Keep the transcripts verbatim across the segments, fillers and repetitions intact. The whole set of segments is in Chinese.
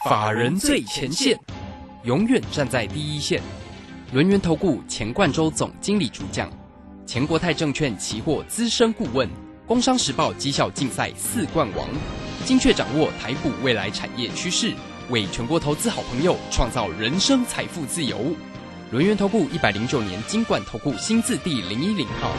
法人最前线，永远站在第一线。轮源投顾钱冠洲总经理主讲，前国泰证券期货资深顾问，工商时报绩效竞赛四冠王，精确掌握台股未来产业趋势，为全国投资好朋友创造人生财富自由。轮源投顾一百零九年金管投顾新字第零一零号。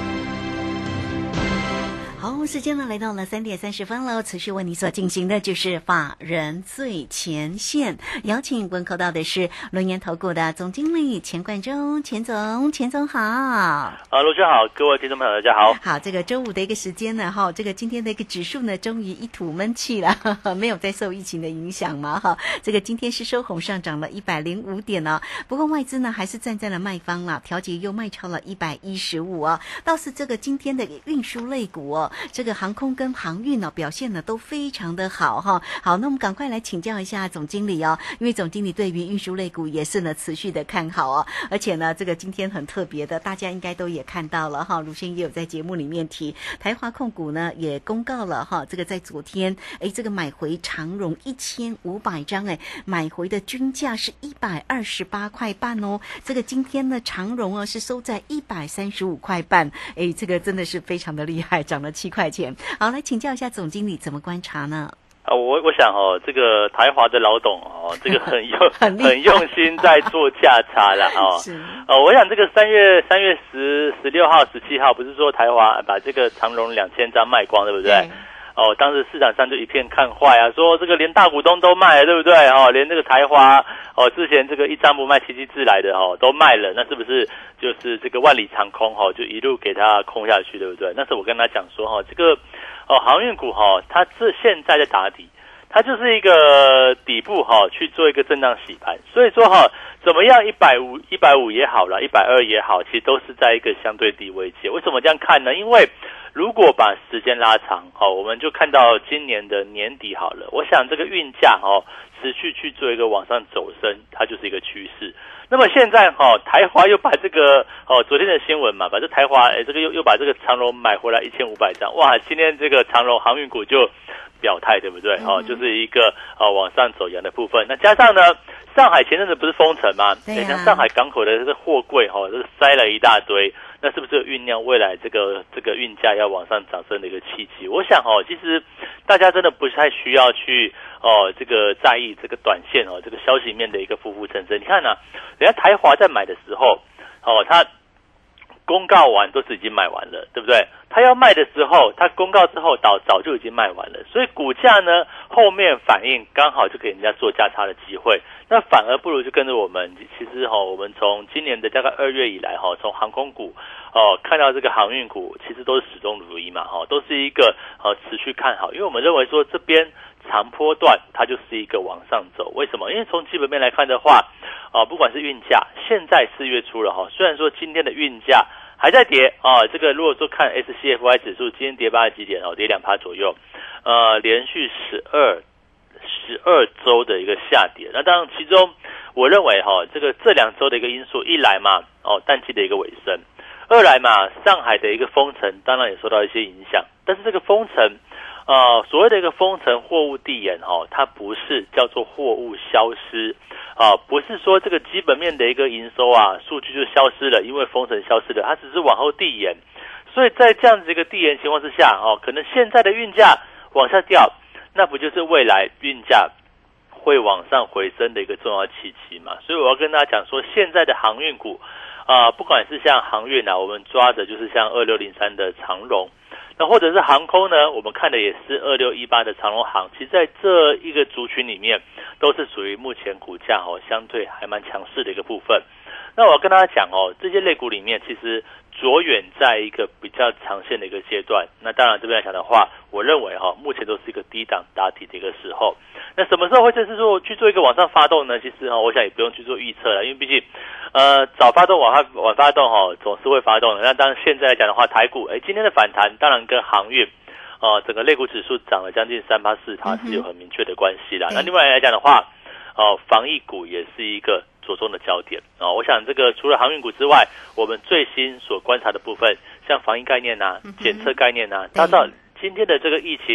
好，时间呢来到了三点三十分了，持续为你所进行的就是法人最前线，邀请问候到的是轮源投顾的总经理钱冠洲，钱总，钱总好。 啊，罗轩好，各位听众朋友大家好。 好，这个周五的一个时间呢，哈，这个今天的一个指数呢，终于一吐闷气了，呵呵，没有再受疫情的影响嘛，哈，这个今天是收红上涨了一百零五点哦，不过外资呢还是站在了卖方了，调节又卖超了一百一十五哦，倒是这个今天的运输类股哦。这个航空跟航运呢、哦、表现呢都非常的好哈。好，那我们赶快来请教一下总经理哦，因为总经理对于运输类股也是呢持续的看好哦，而且呢这个今天很特别的，大家应该都也看到了哈，卢先也有在节目里面提，台华控股呢也公告了哈，这个在昨天哎这个买回长荣一千五百张哎，买回的均价是一百二十八块半哦，这个今天呢长荣哦是收在一百三十五块半，哎这个真的是非常的厉害，涨了七块钱。好，来请教一下总经理怎么观察呢？ 啊，我我想哦，这个台华的老董哦，这个很用很, 很用心在做价差啦哦。是哦，我想这个三月三月十十六号、十七号，不是说台华把这个长荣两千张卖光，对不对？对哦，当时市场上就一片看坏啊，说这个连大股东都卖了，对不对？哦，连这个台华哦，之前这个一张不卖，奇迹自来的哦都卖了，那是不是就是这个万里长空哦，就一路给它空下去，对不对？那时候我跟他讲说哈、哦，这个哦航运股哈、哦，它这现在在打底，它就是一个底部哈、哦，去做一个震荡洗盘，所以说哈、哦，怎么样一百五一百五也好了，一百二也好，其实都是在一个相对低位阶。为什么这样看呢？因为如果把时间拉长，好，我们就看到今年的年底好了。我想这个运价哦，持续去做一个往上走升，它就是一个趋势。那么现在哈、哦，台华又把这个哦，昨天的新闻嘛，把这台华哎，这个又又把这个长荣买回来一千五百张，哇！今天这个长荣航运股就表态，对不对？哦，就是一个哦往上走阳的部分。那加上呢，上海前阵子不是封城吗？对啊，上海港口的这个货柜哈、哦，这塞了一大堆。那是不是有酝酿未来这个这个运价要往上涨升的一个契机？我想哦，其实大家真的不太需要去哦这个在意这个短线哦这个消息面的一个浮浮沉沉。你看啊，人家台华在买的时候哦，他公告完都是已经买完了，对不对？他要卖的时候，他公告之后早早就已经卖完了，所以股价呢后面反应刚好就给人家做价差的机会。那反而不如就跟着我们，其实哈、哦，我们从今年的大概二月以来哈、哦，从航空股哦看到这个航运股，其实都是始终如一嘛哈、哦，都是一个呃持续看好，因为我们认为说这边长波段它就是一个往上走。为什么？因为从基本面来看的话，啊、呃，不管是运价，现在四月初了哈、哦，虽然说今天的运价还在跌啊、哦，这个如果说看 S C F I 指数，今天跌八十几点哦，跌两趴左右，呃，连续十二。十二周的一个下跌，那当然其中我认为哈、哦，这个这两周的一个因素，一来嘛哦淡季的一个尾声，二来嘛上海的一个封城当然也受到一些影响，但是这个封城呃所谓的一个封城货物递延哈、哦，它不是叫做货物消失啊、呃，不是说这个基本面的一个营收啊数据就消失了，因为封城消失了，它只是往后递延，所以在这样子一个递延情况之下哦，可能现在的运价往下掉。那不就是未来运价会往上回升的一个重要契机嘛？所以我要跟大家讲说，现在的航运股啊、呃，不管是像航运啊，我们抓的就是像二六零三的长荣，那或者是航空呢，我们看的也是二六一八的长荣航。其实在这一个族群里面，都是属于目前股价哦相对还蛮强势的一个部分。那我要跟大家讲哦，这些类股里面其实着眼在一个比较长线的一个阶段。那当然这边来讲的话，我认为哈、哦，目前都是一个低档打底的一个时候。那什么时候会就是说去做一个往上发动呢？其实哈、哦，我想也不用去做预测了，因为毕竟呃早发动晚发晚发动哈、哦，总是会发动的。那当然现在来讲的话，台股哎今天的反弹当然跟航运呃整个类股指数涨了将近三趴四趴是有很明确的关系啦。嗯、那另外来讲的话，哦、呃、防疫股也是一个着重的焦点啊、哦，我想这个除了航运股之外，我们最新所观察的部分，像防疫概念啊、检测概念啊，大家知道今天的这个疫情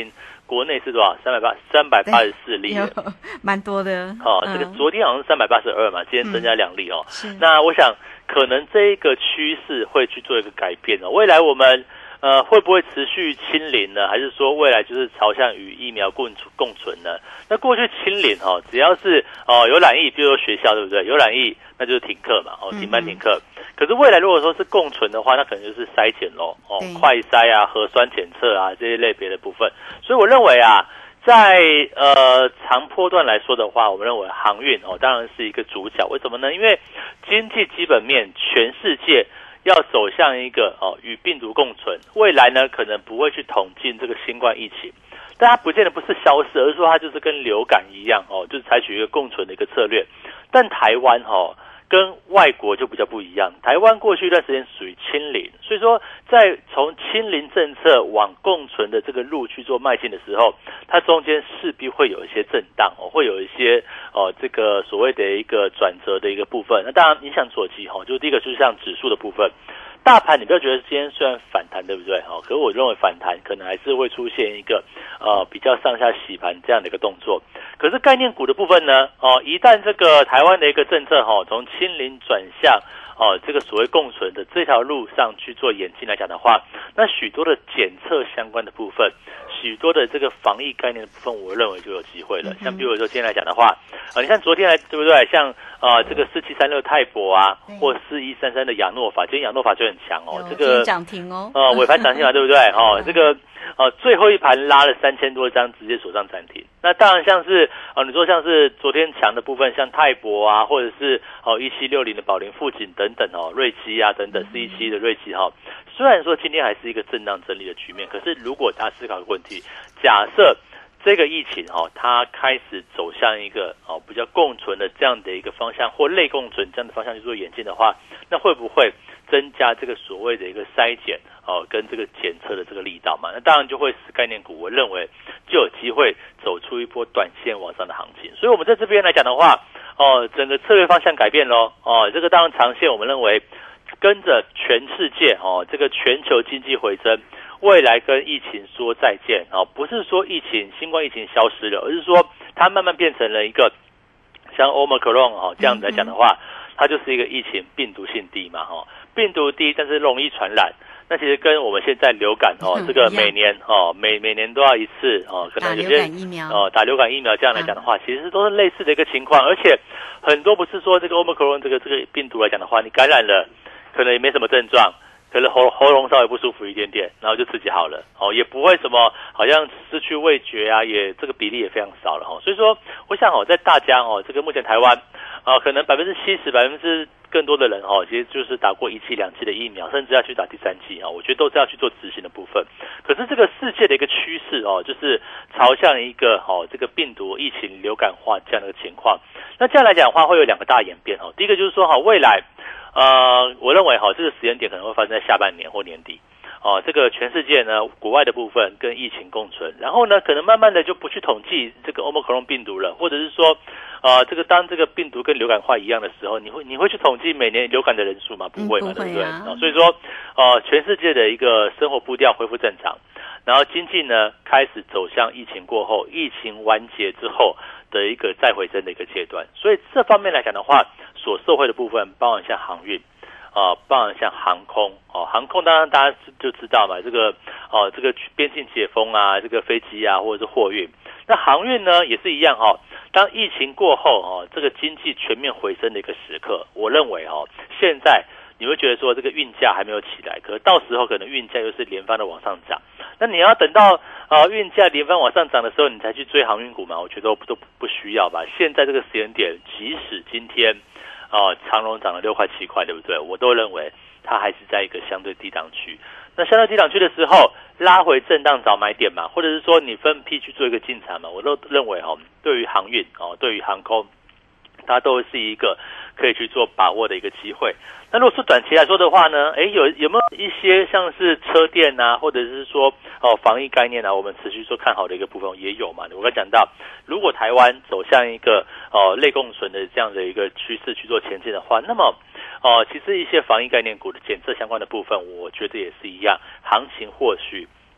国内是多少？三百八三百八十四例， 蛮多的。 哦，这个昨天好像是三百八十二嘛，今天增加两例哦。 嗯、 那我想可能这一个趋势会去做一个改变哦。未来我们呃会不会持续清零呢？还是说未来就是朝向与疫苗共共存呢？那过去清零哦，只要是哦有染疫，比如说学校对不对？有染疫那就是停课嘛，哦停班停课。嗯、可是未来如果说是共存的话，那可能就是筛检咯，哦快筛啊、核酸检测啊这些类别的部分。所以我认为啊。在呃长波段来说的话，我们认为航运哦当然是一个主角。为什么呢？因为经济基本面全世界要走向一个哦与病毒共存，未来呢可能不会去统计这个新冠疫情，但它不见得不是消失，而是说它就是跟流感一样哦，就是采取一个共存的一个策略。但台湾哦跟外国就比较不一样，台湾过去一段时间属于清零，所以说在从清零政策往共存的这个路去做迈进的时候，它中间势必会有一些震荡哦，会有一些哦这个所谓的一个转折的一个部分。那当然影响所及哈，就第一个就是像指数的部分。大盘你不要觉得今天虽然反弹对不对？可是我认为反弹可能还是会出现一个呃比较上下洗盘这样的一个动作。可是概念股的部分呢，哦一旦这个台湾的一个政策哈从清零转向哦这个所谓共存的这条路上去做演进来讲的话，那许多的检测相关的部分，许多的这个防疫概念的部分，我认为就有机会了。像比如说今天来讲的话，啊、呃、你看昨天来对不对？像啊、呃、这个四七三六泰博啊，或四一三三的亚诺法，今天亚诺法就很强哦，这个涨停哦， 呃尾盘涨停嘛，对不对？哦，这个呃最后一盘拉了三千多张，直接锁上涨停。那当然像是呃你说像是昨天强的部分，像泰博啊，或者是哦一七六零的宝林富锦等等哦，瑞基啊等等，四一七的瑞基哈、哦。虽然说今天还是一个震荡整理的局面，可是如果大家思考一个问题，假设这个疫情哈、哦，它开始走向一个哦比较共存的这样的一个方向，或类共存这样的方向去做演进的话，那会不会增加这个所谓的一个筛检哦跟这个检测的这个力道嘛？那当然就会使概念股，我认为就有机会走出一波短线往上的行情。所以我们在这边来讲的话，哦整个策略方向改变咯，哦这个当然长线我们认为。跟着全世界哦，这个全球经济回升，未来跟疫情说再见哦，不是说疫情新冠疫情消失了，而是说它慢慢变成了一个像 Omicron 哦这样来讲的话，它就是一个疫情病毒性低嘛哈，病毒低但是容易传染。那其实跟我们现在流感哦，嗯、这个每年哦每每年都要一次哦，可能有些哦打流感疫苗这样来讲的话，啊、其实都是类似的一个情况，而且很多不是说这个 Omicron 这个这个病毒来讲的话，你感染了。可能也没什么症状，可能喉喉咙稍微不舒服一点点，然后就自己好了哦，也不会什么好像失去味觉啊，也这个比例也非常少了哈、哦。所以说，我想哦，在大家哦，这个目前台湾啊、呃，可能百分之七十、百分之更多的人哦，其实就是打过一剂、两剂的疫苗，甚至要去打第三剂啊、哦，我觉得都是要去做执行的部分。可是这个世界的一个趋势哦，就是朝向一个哦这个病毒疫情流感化这样的一个情况。那这样来讲的话，会有两个大演变哦。第一个就是说哈、哦，未来。呃，我认为哈，这个时间点可能会发生在下半年或年底。哦，这个全世界呢，国外的部分跟疫情共存，然后呢，可能慢慢的就不去统计这个 Omicron 病毒了，或者是说，呃，这个当这个病毒跟流感化一样的时候，你会你会去统计每年流感的人数吗？不会嘛，嗯、不会啊、对不对？哦，所以说，呃，全世界的一个生活步调恢复正常，然后经济呢开始走向疫情过后，疫情完结之后的一个再回升的一个阶段，所以这方面来讲的话。所受惠的部分，包含像航运，啊、呃，包含像航空，哦，航空当然大家就知道嘛，这个哦，这个边境解封啊，这个飞机啊，或者是货运。那航运呢也是一样哈、哦，当疫情过后哦，这个经济全面回升的一个时刻，我认为哦，现在你会觉得说这个运价还没有起来，可是到时候可能运价又是连番的往上涨。那你要等到啊运价连番往上涨的时候，你才去追航运股嘛？我觉得都都不需要吧。现在这个时间点，即使今天。哦，长荣涨了六块七块，对不对？我都认为它还是在一个相对低档区。那相对低档区的时候，拉回震荡找买点嘛，或者是说你分批去做一个进场嘛，我都认为哦，对于航运哦，对于航空，它都是一个可以去做把握的一个机会。那如果是短期来说的话呢，诶，有有没有一些像是车电啊，或者是说哦防疫概念啊，我们持续做看好的一个部分也有嘛？我刚讲到，如果台湾走向一个哦类共存的这样的一个趋势去做前进的话，那么哦、呃，其实一些防疫概念股的检测相关的部分，我觉得也是一样，行情或许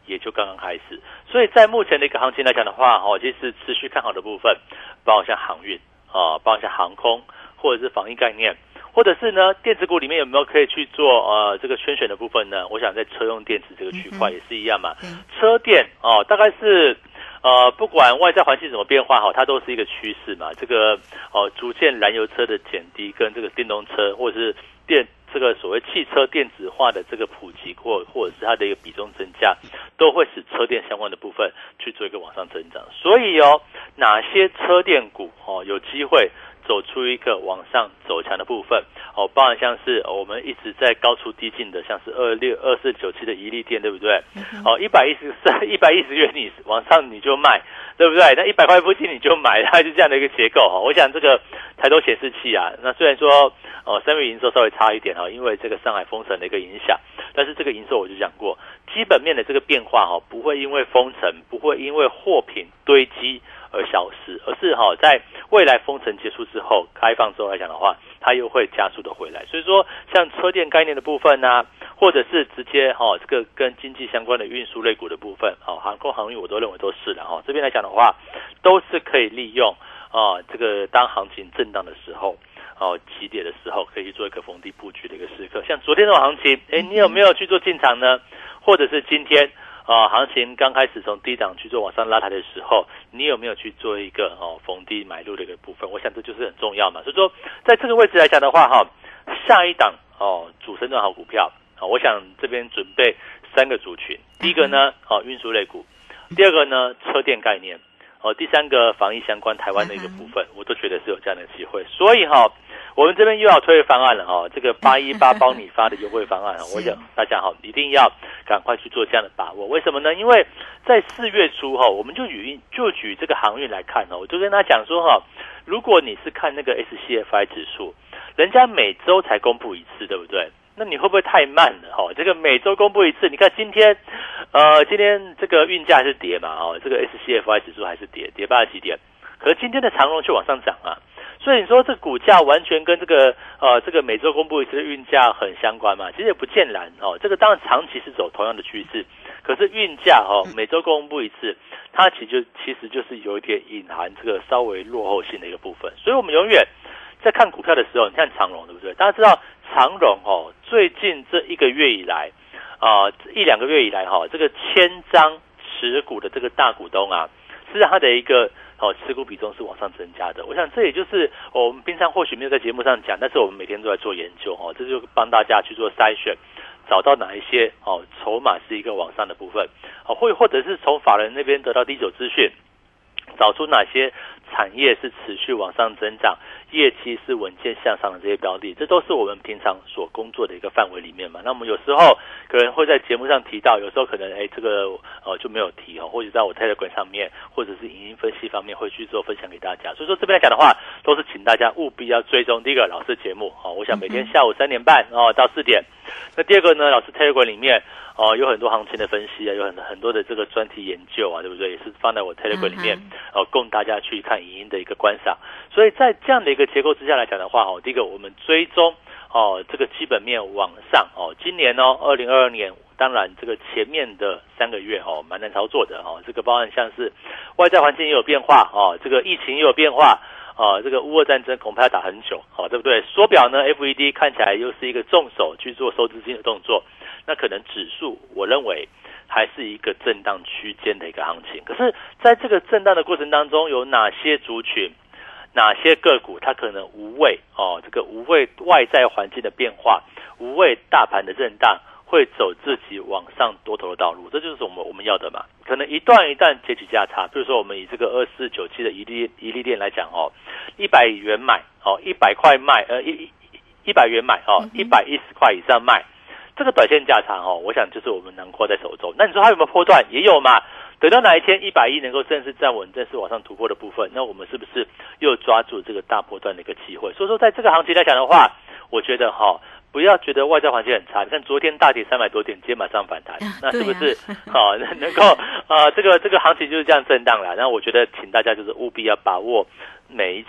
也就刚刚开始。所以在目前的一个行情来讲的话，哦，其实持续看好的部分，包括像航运啊，包括像航空或者是防疫概念。或者是呢，电子股里面有没有可以去做呃这个圈选的部分呢？我想在车用电子这个区块也是一样嘛。嗯、车电哦，大概是呃不管外在环境怎么变化哈，它都是一个趋势嘛。这个哦逐渐燃油车的减低跟这个电动车或者是电这个所谓汽车电子化的这个普及或或者是它的一个比重增加，都会使车电相关的部分去做一个往上增长。所以哦，哪些车电股哦有机会走出一个往上走强的部分哦，包含像是、哦、我们一直在高出低进的，像是二六二四九七的怡利电，对不对？哦，一百一十三一百一十元你往上你就卖，对不对？那一百块附近你就买，它是这样的一个结构哈、哦。我想这个台州显示器啊，那虽然说哦三月营收稍微差一点哈、哦，因为这个上海封城的一个影响，但是这个营收我就讲过，基本面的这个变化哈、哦，不会因为封城，不会因为货品堆积而消失，而是哈、哦、在未来封城结束之后，开放之后来讲的话，它又会加速的回来。所以说，像车电概念的部分啊，或者是直接哈、哦、这个跟经济相关的运输类股的部分，哦航空航运我都认为都是的哈、哦。这边来讲的话，都是可以利用啊、哦、这个当行情震荡的时候。哦，起跌的时候可以去做一个逢低布局的一个时刻，像昨天这种行情，哎，你有没有去做进场呢？或者是今天啊、呃，行情刚开始从低档去做往上拉抬的时候，你有没有去做一个哦逢低买入的一个部分？我想这就是很重要嘛。所以说，在这个位置来讲的话，哈，下一档哦主升段好股票啊、哦，我想这边准备三个族群，第一个呢，哦运输类股，第二个呢车电概念。哦，第三个防疫相关台湾的一个部分，我都觉得是有这样的机会，所以哈、哦，我们这边又要推方案了哈、哦，这个八一八帮你发的优惠方案，我想大家哈一定要赶快去做这样的把握。为什么呢？因为在四月初哈、哦，我们就举就举这个航运来看哦，我就跟他讲说哈、哦，如果你是看那个 S C F I 指数，人家每周才公布一次，对不对？那你会不会太慢了？哈、哦，这个每周公布一次，你看今天，呃，今天这个运价还是跌嘛？哦，这个 S C F I 指数还是跌，跌八十几点。可是今天的长荣却往上涨啊，所以你说这股价完全跟这个呃这个每周公布一次的运价很相关嘛？其实也不尽然哦。这个当然长期是走同样的趋势，可是运价哦每周公布一次，它其实就其实就是有一点隐含这个稍微落后性的一个部分。所以我们永远在看股票的时候，你看长荣对不对？大家知道长荣哦，最近这一个月以来啊、呃，一两个月以来哈、哦，这个千张持股的这个大股东啊，实际上它的一个哦持股比重是往上增加的。我想这也就是、哦、我们平常或许没有在节目上讲，但是我们每天都在做研究哦，这就帮大家去做筛选，找到哪一些哦筹码是一个往上的部分，哦或或者是从法人那边得到第九资讯，找出哪些产业是持续往上增长，业绩是稳健向上的这些标的，这都是我们平常所工作的一个范围里面嘛。那我们有时候可能会在节目上提到，有时候可能哎这个呃就没有提哦，或者在我 Telegram 上面，或者是影音分析方面会去做分享给大家。所以说这边来讲的话，都是请大家务必要追踪第一个老师节目哦，我想每天下午三点半哦到四点。那第二个呢，老师 Telegram 里面哦有很多行情的分析啊，有很很多的这个专题研究啊，对不对？也是放在我 Telegram 里面哦，供大家去看影音的一个观赏。所以在这样的一个结构之下来讲的话，哦，第一个我们追踪哦这个基本面往上哦，今年哦二零二二年，当然这个前面的三个月哦蛮难操作的哦，这个包含像是外在环境也有变化哦，这个疫情也有变化。啊，这个乌俄战争恐怕要打很久，好、哦，对不对？缩表呢 ，F E D 看起来又是一个重手去做收资金的动作，那可能指数我认为还是一个震荡区间的一个行情。可是，在这个震荡的过程当中，有哪些族群、哪些个股，它可能无畏哦，这个无畏外在环境的变化，无畏大盘的震荡，会走自己往上多头的道路，这就是我们我们要的嘛。可能一段一段截取价差，比如说我们以这个二四九七的一利一利电来讲哦，一百元买哦，一百块卖，呃一一百元买哦，一百一十块以上卖，这个短线价差哦，我想就是我们囊括在手中。那你说它有没有波段？也有嘛。等到哪一天一百一能够正式站稳，正式往上突破的部分，那我们是不是又抓住这个大波段的一个机会？所以说，在这个行情来讲的话，我觉得哈、哦。不要觉得外在环境很差，你看昨天大跌三百多点，今天马上反弹，那是不是好、啊哦、能够呃这个这个行情就是这样震荡啦？那我觉得请大家就是务必要把握每一次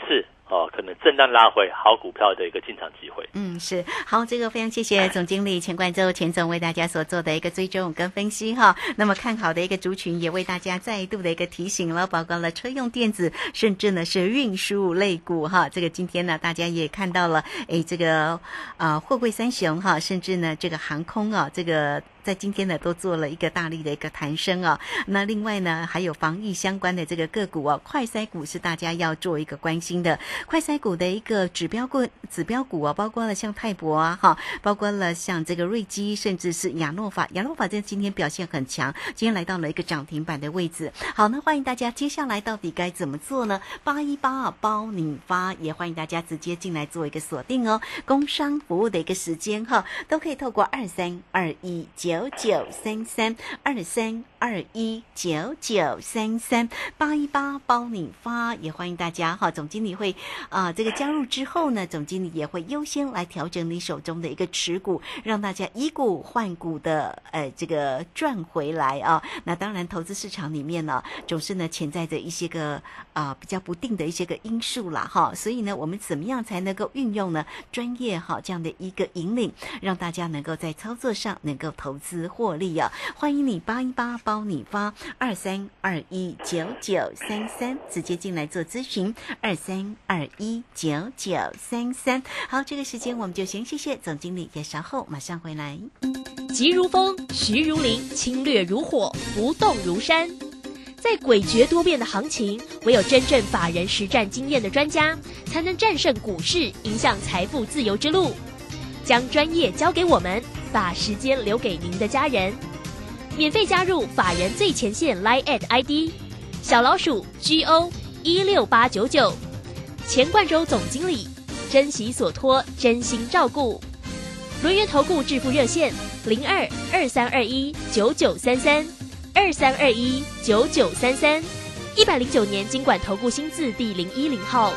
哦，可能震荡拉回好股票的一个进场机会。 嗯，是好，这个非常谢谢总经理钱冠洲钱总为大家所做的一个追踪跟分析哈。那么看好的一个族群也为大家再度的一个提醒了，包括了车用电子，甚至呢是运输类股哈。这个今天呢大家也看到了，哎，这个呃货柜三雄哈，甚至呢这个航空啊，这个在今天呢都做了一个大力的一个弹升啊。那另外呢还有防疫相关的这个个股啊，快筛股是大家要做一个关心的。快筛股的一个指标股指标股啊，包括了像泰博啊哈，包括了像这个瑞基，甚至是亚诺法。亚诺法在今天表现很强，今天来到了一个涨停板的位置。好，那欢迎大家接下来到底该怎么做呢？八一八啊包你发，也欢迎大家直接进来做一个锁定哦。工商服务的一个时间哈，都可以透过二三二一九九三三二三二一九九三三八一八包你发，也欢迎大家哈。总经理会啊、呃，这个加入之后呢，总经理也会优先来调整你手中的一个持股，让大家以股换股的呃这个赚回来啊。那当然，投资市场里面呢，总是呢潜在着一些个啊、呃、比较不定的一些个因素啦哈。所以呢，我们怎么样才能够运用呢专业哈这样的一个引领，让大家能够在操作上能够投资获利啊？欢迎你八一八包你发二三二一九九三三直接进来做咨询二三二一九九三三。好，这个时间我们就先谢谢总经理，也稍后马上回来。 急如风，徐如林，侵略如火，不动如山。在诡谲多变的行情，唯有真正法人实战经验的专家，才能战胜股市，迎向财富自由之路。将专业交给我们，把时间留给您的家人。免费加入法人最前线 Line at I D 小老鼠 G O 一六八九九，钱冠洲总经理，珍惜所托，真心照顾。轮源投顾致富热线零二二三二一九九三三二三二一九九三三，一百零九年金管投顾新字第零一零号。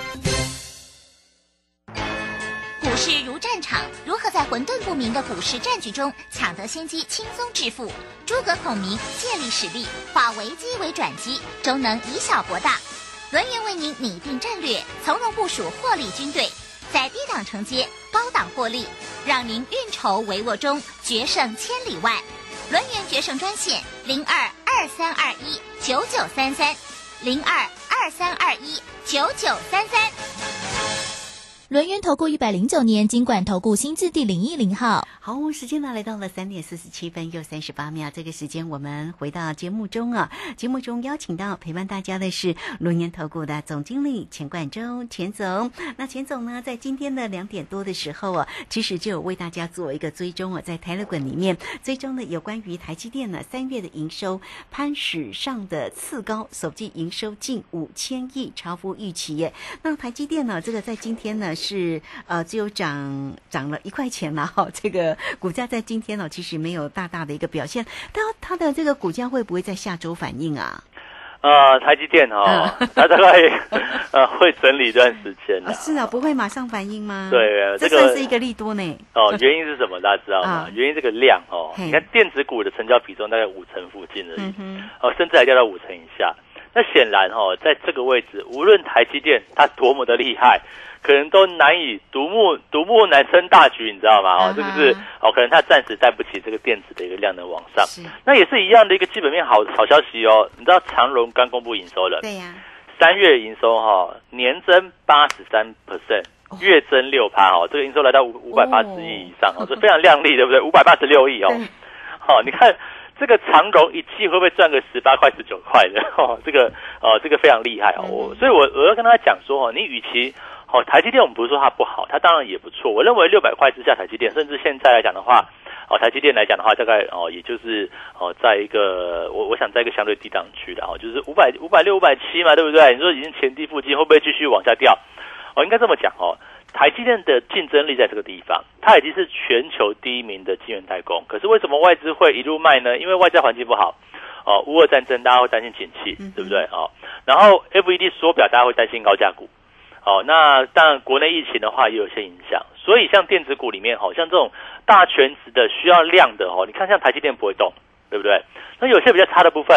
股市如战场，如何在混沌不明的股市战局中抢得先机，轻松致富？诸葛孔明借力使力，化危机为转机，终能以小博大。轮源为您拟定战略，从容部署获利军队，在低档承接，高档获利，让您运筹帷幄中决胜千里外。轮源决胜专线零二二三二一九九三三零二二三二一九九三三。 轮源投顾一百零九年金管投顾新字第零一零号。 好，时间呢来到了三点四十七分又三十八秒，这个时间我们回到节目中啊。节目中邀请到陪伴大家的是轮源投顾的总经理钱冠洲钱总。那钱总呢，在今天的两点多的时候啊，其实就有为大家做一个追踪啊，在Telegram里面追踪的有关于台积电呢三月的营收攀史上的次高，首季营收近五千亿，超乎预期耶。那台积电呢，这个在今天呢是呃只有涨涨了一块钱啦哈，这个股价在今天呢其实没有大大的一个表现，但它的这个股价会不会在下周反应啊？ 呃，台积电哈、哦，嗯、它大概呃会整理一段时间的、 哦。是啊，不会马上反应吗？ 对， 这算是一个利多呢。 哦，原因是什么？大家知道吗？啊、原因这个量哦，你看电子股的成交比重大概五成附近而已，嗯、哦，甚至还掉到五成以下。那显然哦，在这个位置，无论台积电它多么的厉害，可能都难以独木独木难撑大局，你知道吗？哦，这个是哦，可能它暂时带不起这个电子的一个量能往上。那也是一样的一个基本面好好消息哦。你知道长荣刚公布营收了， 对呀、啊， 三月营收哈、哦、年增八十三 percent， 月增六趴哦，这个营收来到五五百八十亿以上哦，这非常亮丽，对不对？五百八十六亿哦，好、哦，你看。这个长荣一季会不会赚个十八块、十九块的？哦，这个呃，这个非常厉害哦。我所以我，我我要跟他讲说哦，你与其哦，台积电我们不是说它不好，它当然也不错。我认为六百块之下，台积电甚至现在来讲的话，哦，台积电来讲的话，大概哦，也就是哦，在一个我我想在一个相对低档区的哦，就是五百、五百六、五百七嘛，对不对？你说已经前低附近，会不会继续往下掉？哦，应该这么讲哦。台积电的竞争力在这个地方，它已经是全球第一名的晶圆代工。可是为什么外资会一路卖呢？因为外在环境不好，哦，乌俄战争大家会担心景气，对不对？哦，然后 F E D 缩表大家会担心高价股，哦，那当然国内疫情的话也有一些影响。所以像电子股里面，哦，像这种大权值的需要量的哦，你看像台积电不会动，对不对？那有些比较差的部分，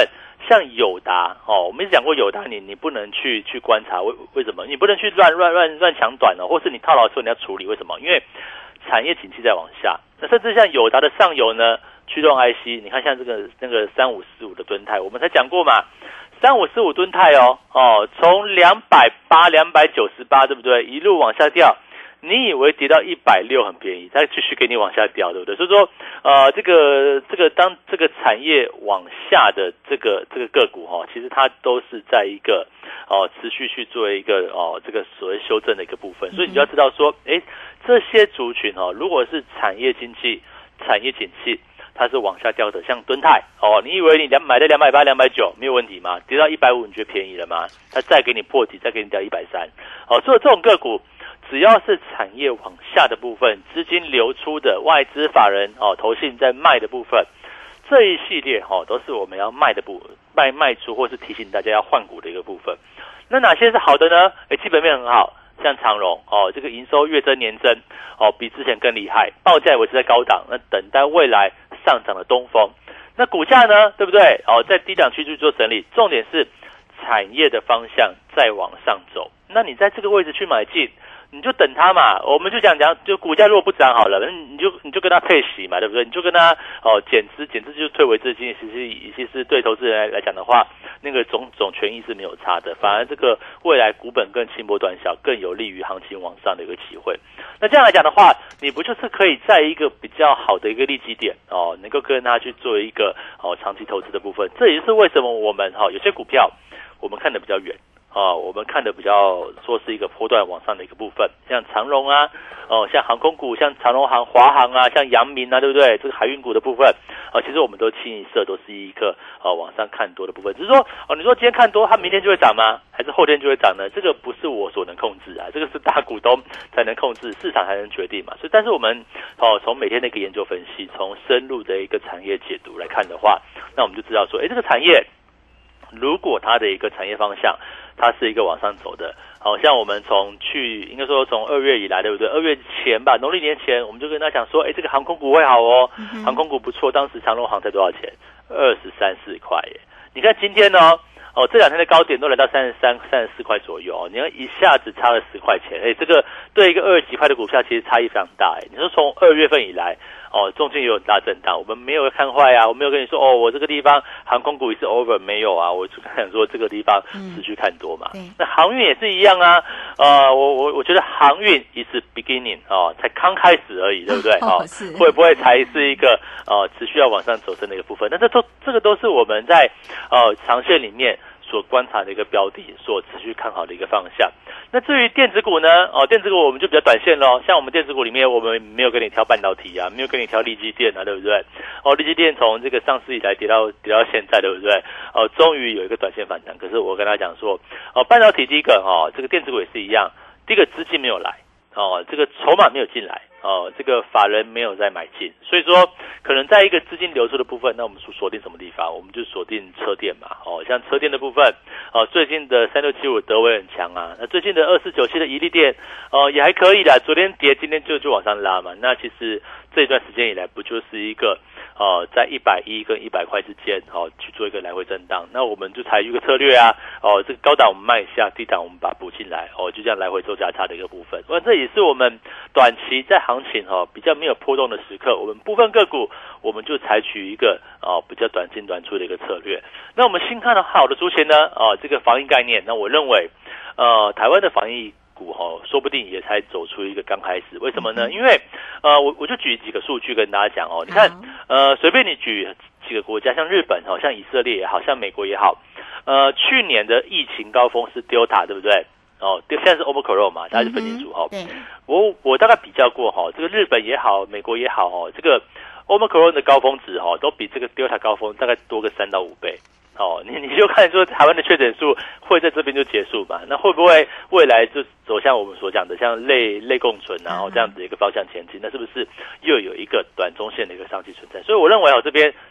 像友达哦，我们一直讲过友达，你你不能去去观察，为为什么？你不能去乱乱乱乱抢短哦，或是你套牢的时候你要处理，为什么？因为产业景气在往下，那甚至像友达的上游呢，驱动 I C， 你看像这个那个三五四五的敦泰，我们才讲过嘛，三五四五敦泰哦哦，从两百八、两百九十八，对不对？一路往下掉。你以为跌到一百六很便宜，它继续给你往下掉，对不对？所以说，呃，这个这个当这个产业往下的这个这个个股哈、哦，其实它都是在一个哦持续去做一个哦这个所谓修正的一个部分，所以你就要知道说，哎，这些族群哦，如果是产业经济、产业景气，它是往下掉的，像敦泰哦，你以为你两买在两百八、两百九没有问题吗？跌到一百五，你觉得便宜了吗？它再给你破底，再给你掉一百三，哦，所以这种个股。只要是产业往下的部分，资金流出的外资法人哦，投信在卖的部分，这一系列哦都是我们要卖的部卖卖出，或是提醒大家要换股的一个部分。那哪些是好的呢？诶，基本面很好，像长荣哦，这个营收月增年增哦，比之前更厉害，报价也维持在高档，那等待未来上涨的东风。那股价呢，对不对？哦，在低档区去做整理，重点是产业的方向再往上走。那你在这个位置去买进。你就等它嘛，我们就讲讲，就股价如果不涨好了，你就你就跟它配息嘛，对不对？你就跟它哦减资，减资就退为资金，其实其实对投资人来来讲的话，那个总总权益是没有差的，反而这个未来股本更轻薄短小，更有利于行情往上的一个机会。那这样来讲的话，你不就是可以在一个比较好的一个利基点哦，能够跟它去做一个哦长期投资的部分？这也是为什么我们哈、哦、有些股票我们看得比较远。啊、哦，我们看的比较说是一个波段往上的一个部分，像长荣啊，哦，像航空股，像长荣航、华航啊，像阳明啊，对不对？这个海运股的部分，啊、哦，其实我们都清一色都是一个呃往上看多的部分。只是说，哦，你说今天看多，它明天就会涨吗？还是后天就会涨呢？这个不是我所能控制啊，这个是大股东才能控制，市场才能决定嘛。所以，但是我们哦，从每天的一个研究分析，从深入的一个产业解读来看的话，那我们就知道说，哎，这个产业如果它的一个产业方向。它是一个往上走的，好像我们从去应该说从二月以来，对不对？二月前吧，农历年前，我们就跟他讲说，哎，这个航空股会好哦，嗯、航空股不错。当时长荣航才多少钱？二十三四块耶！你看今天呢？哦，这两天的高点都来到三十三、三十四块左右哦，你看一下子差了十块钱，哎，这个对一个二十几块的股票其实差异非常大哎。你说从二月份以来，哦，中间也有很大震荡，我们没有看坏啊，我没有跟你说哦，我这个地方航空股也是 over 没有啊，我就想说这个地方持续看多嘛。嗯、那航运也是一样啊，呃，我我我觉得航运也是 beginning 哦，才刚开始而已，对不对？哦，会不会才是一个呃持续要往上走升的一个部分？那这都这个都是我们在呃长线里面。所观察的一个标的，所持续看好的一个方向。那至于电子股呢？哦，电子股我们就比较短线咯。像我们电子股里面，我们没有跟你挑半导体啊，没有跟你挑力积电啊，对不对？哦，力积电从这个上市以来跌到跌到现在，对不对？哦，终于有一个短线反弹。可是我跟他讲说，哦，半导体第一个哦，这个电子股也是一样，第一个资金没有来，哦，这个筹码没有进来。哦，这个法人没有在买进，所以说可能在一个资金流出的部分，那我们锁定什么地方？我们就锁定车电嘛。哦，像车电的部分，哦，最近的三六七五德微很强啊，那最近的二四九七的怡利电，哦也还可以啦，昨天跌，今天就就往上拉嘛。那其实这一段时间以来，不就是一个呃在一百一跟一百块之间，哦去做一个来回震荡，那我们就采取一个策略啊，哦这个高档我们卖一下，低档我们把它补进来，哦就这样来回做价差的一个部分。那这也是我们短期在行情哈、哦、比较没有波动的时刻，我们部分个股我们就采取一个哦比较短进短出的一个策略。那我们新看到好的族群呢，哦这个防疫概念，那我认为呃台湾的防疫股哈、哦、说不定也才走出一个刚开始。为什么呢？因为呃我我就举几个数据跟大家讲哦，你看呃随便你举几个国家，像日本哦，像以色列也好，像美国也好，呃去年的疫情高峰是 Delta 对不对？哦，现在是 Omicron 嘛，大家就分清楚哈、嗯。我我大概比较过哈，这个日本也好，美国也好哈，这个 Omicron 的高峰值哈，都比这个 Delta 高峰大概多个三到五倍。哦，你你就看说台湾的确诊数会在这边就结束嘛？那会不会未来就走向我们所讲的像类类共存啊，然后这样子一个方向前进？那是不是又有一个短中线的一个商机存在？所以我认为哦，这边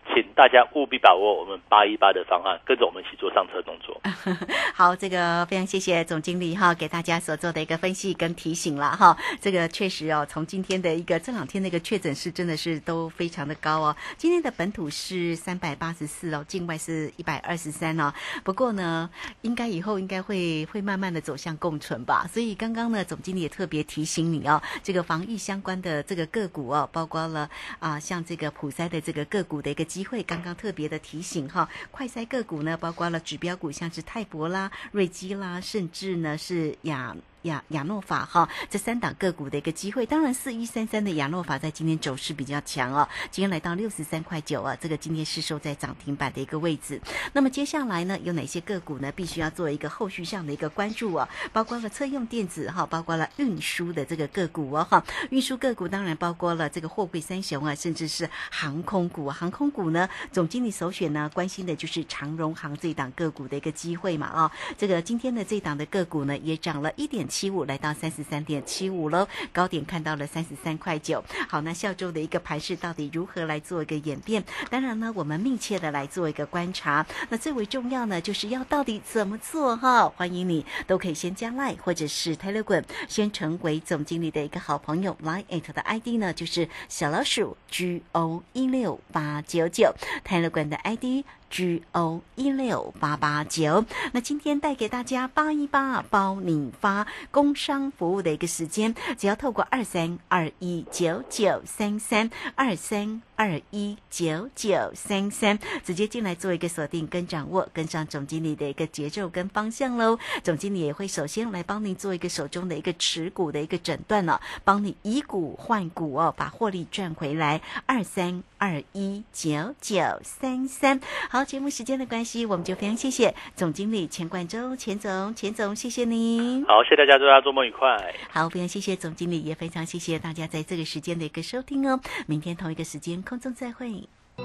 请大家务必把握我们八一八的方案，跟着我们一起做上车动作。 好，这个非常谢谢总经理哈，给大家所做的一个分析跟提醒了哈。这个确实哦，从今天的一个这两天的一个确诊数真的是都非常的高哦。今天的本土是三百八十四哦，境外是一百二十三哦。不过呢，应该以后应该会会慢慢的走向共存吧。所以刚刚呢，总经理也特别提醒你哦，这个防疫相关的这个个股哦，包括了啊、呃，像这个普筛的这个个股的一个机会，刚刚特别的提醒哈。快筛个股呢，包括了指标股，像是泰博啦、瑞基啦，甚至呢是亚。亚亚诺法哈，这三档个股的一个机会，当然四一三三的亚诺法在今天走势比较强哦，今天来到六十三块九啊，这个今天是收在涨停板的一个位置。那么接下来呢，有哪些个股呢？必须要做一个后续上的一个关注哦，包括了车用电子哈，包括了运输的这个个股哦哈，运输个股当然包括了这个货柜三雄啊，甚至是航空股。航空股呢，总经理首选呢，关心的就是长荣航这一档个股的一个机会嘛啊、哦，这个今天的这档的个股呢，也涨了一点七五，来到三十三点七五喽，高点看到了三十三块九。好，那下周的一个盘势到底如何来做一个演变？当然呢，我们密切的来做一个观察。那最为重要呢，就是要到底怎么做哈？欢迎你都可以先加 Line 或者是 Telegram， 先成为总经理的一个好朋友。Line at 的 I D 呢，就是小老鼠 G O 一六八九九 ，Telegram 的 I D。G O 一六八八九，那今天带给大家八一八包你发工商服务的一个时间，只要透过二三二一九九三三二三二一九九三三直接进来做一个锁定跟掌握，跟上总经理的一个节奏跟方向喽。总经理也会首先来帮您做一个手中的一个持股的一个诊断了、哦，帮你以股换股哦，把获利赚回来。二三二一九九三三。好，节目时间的关系，我们就非常谢谢总经理钱冠周钱总，钱总谢谢您。 好，谢谢大家，祝大家周末愉快。 好，非常谢谢总经理，也非常谢谢大家在这个时间的一个收听哦。明天同一个时间空中再会。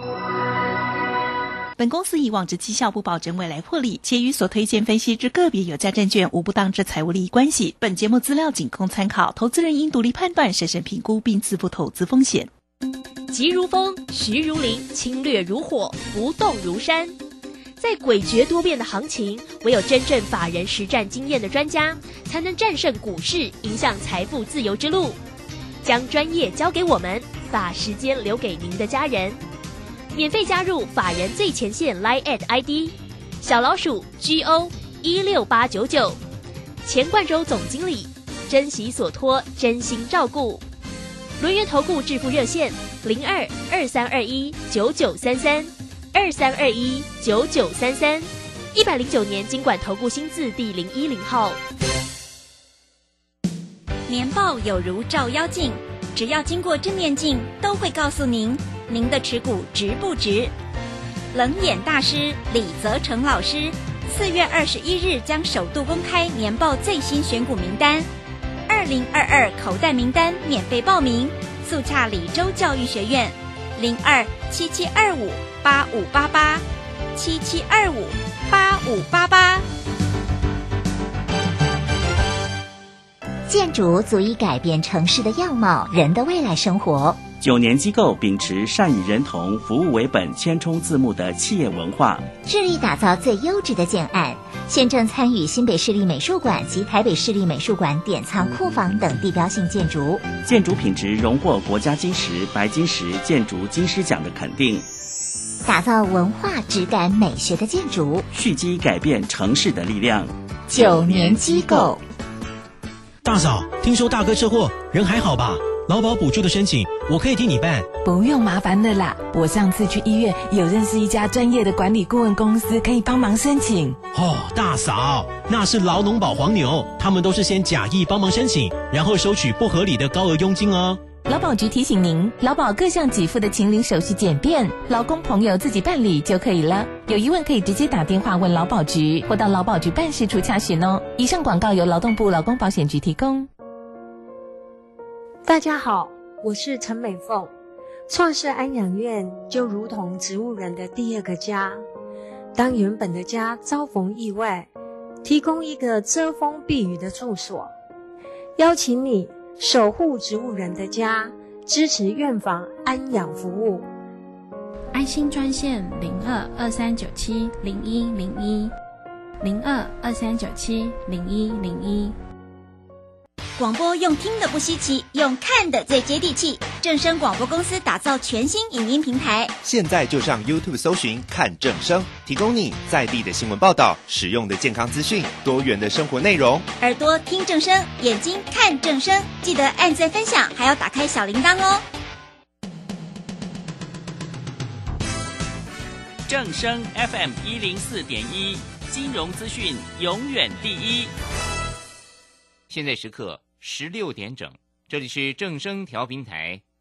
本公司以往之绩效不保证未来获利，且与所推荐分析之个别有价证券无不当之财务利益关系。本节目资料仅供参考，投资人应独立判断、审慎评估并自负投资风险。 急如风，徐如林，侵略如火，不动如山。在诡谲多变的行情，唯有真正法人实战经验的专家，才能战胜股市，迎向财富自由之路。将专业交给我们，把时间留给您的家人。免费加入法人最前线 Line at I D 小老鼠 G O 一六八九九，钱冠周总经理，珍惜所托，真心照顾。轮源投顾致富热线零二二三二一九九三三二三二一九九三三，一百零九年金管投顾新字第零一零号。 年报有如照妖镜，只要经过正面镜，都会告诉您您的持股值不值。冷眼大师李泽成老师四月二十一日将首度公开年报最新选股名单，二零二二口袋名单免费报名，速洽李州教育学院零二七七二五八五八八七七二五八五八八。 建筑足以改变城市的样貌，人的未来生活。 九年机构秉持善与人同、服务为本、千冲字幕的企业文化， 致力打造最优质的建案。现正参与新北市立美术馆及台北市立美术馆典藏库房等地标性建筑， 建筑品质荣获国家金石、白金石建筑金狮奖的肯定， 打造文化质感美学的建筑， 蓄积改变城市的力量。 九年机构。 大嫂，听说大哥车祸，人还好吧？劳保补助的申请，我可以替你办。 不用麻烦了啦，我上次去医院有认识一家专业的管理顾问公司，可以帮忙申请。 哦，大嫂，那是劳农保黄牛，他们都是先假意帮忙申请，然后收取不合理的高额佣金哦。 劳保局提醒您，劳保各项给付的请领手续简便，劳工朋友自己办理就可以了。有疑问可以直接打电话问劳保局，或到劳保局办事处洽询哦。以上广告由劳动部劳工保险局提供。 大家好，我是陈美凤。创世安养院就如同植物人的第二个家，当原本的家遭逢意外，提供一个遮风避雨的住所，邀请你守护植物人的家，支持院房安养服务。 安心专线零二二三九七零一零一零二二三九七零一零一。 广播用听的不稀奇，用看的最接地气。正声广播公司打造全新影音平台， 现在就上 YouTube 搜寻看正声，提供你在地的新闻报道、实用的健康资讯、多元的生活内容。 耳朵听正声，眼睛看正声，记得按赞分享，还要打开小铃铛哦。 正声 F M 一零四点一，金融资讯永远第一。现在时刻十六点整，这里是正声调频台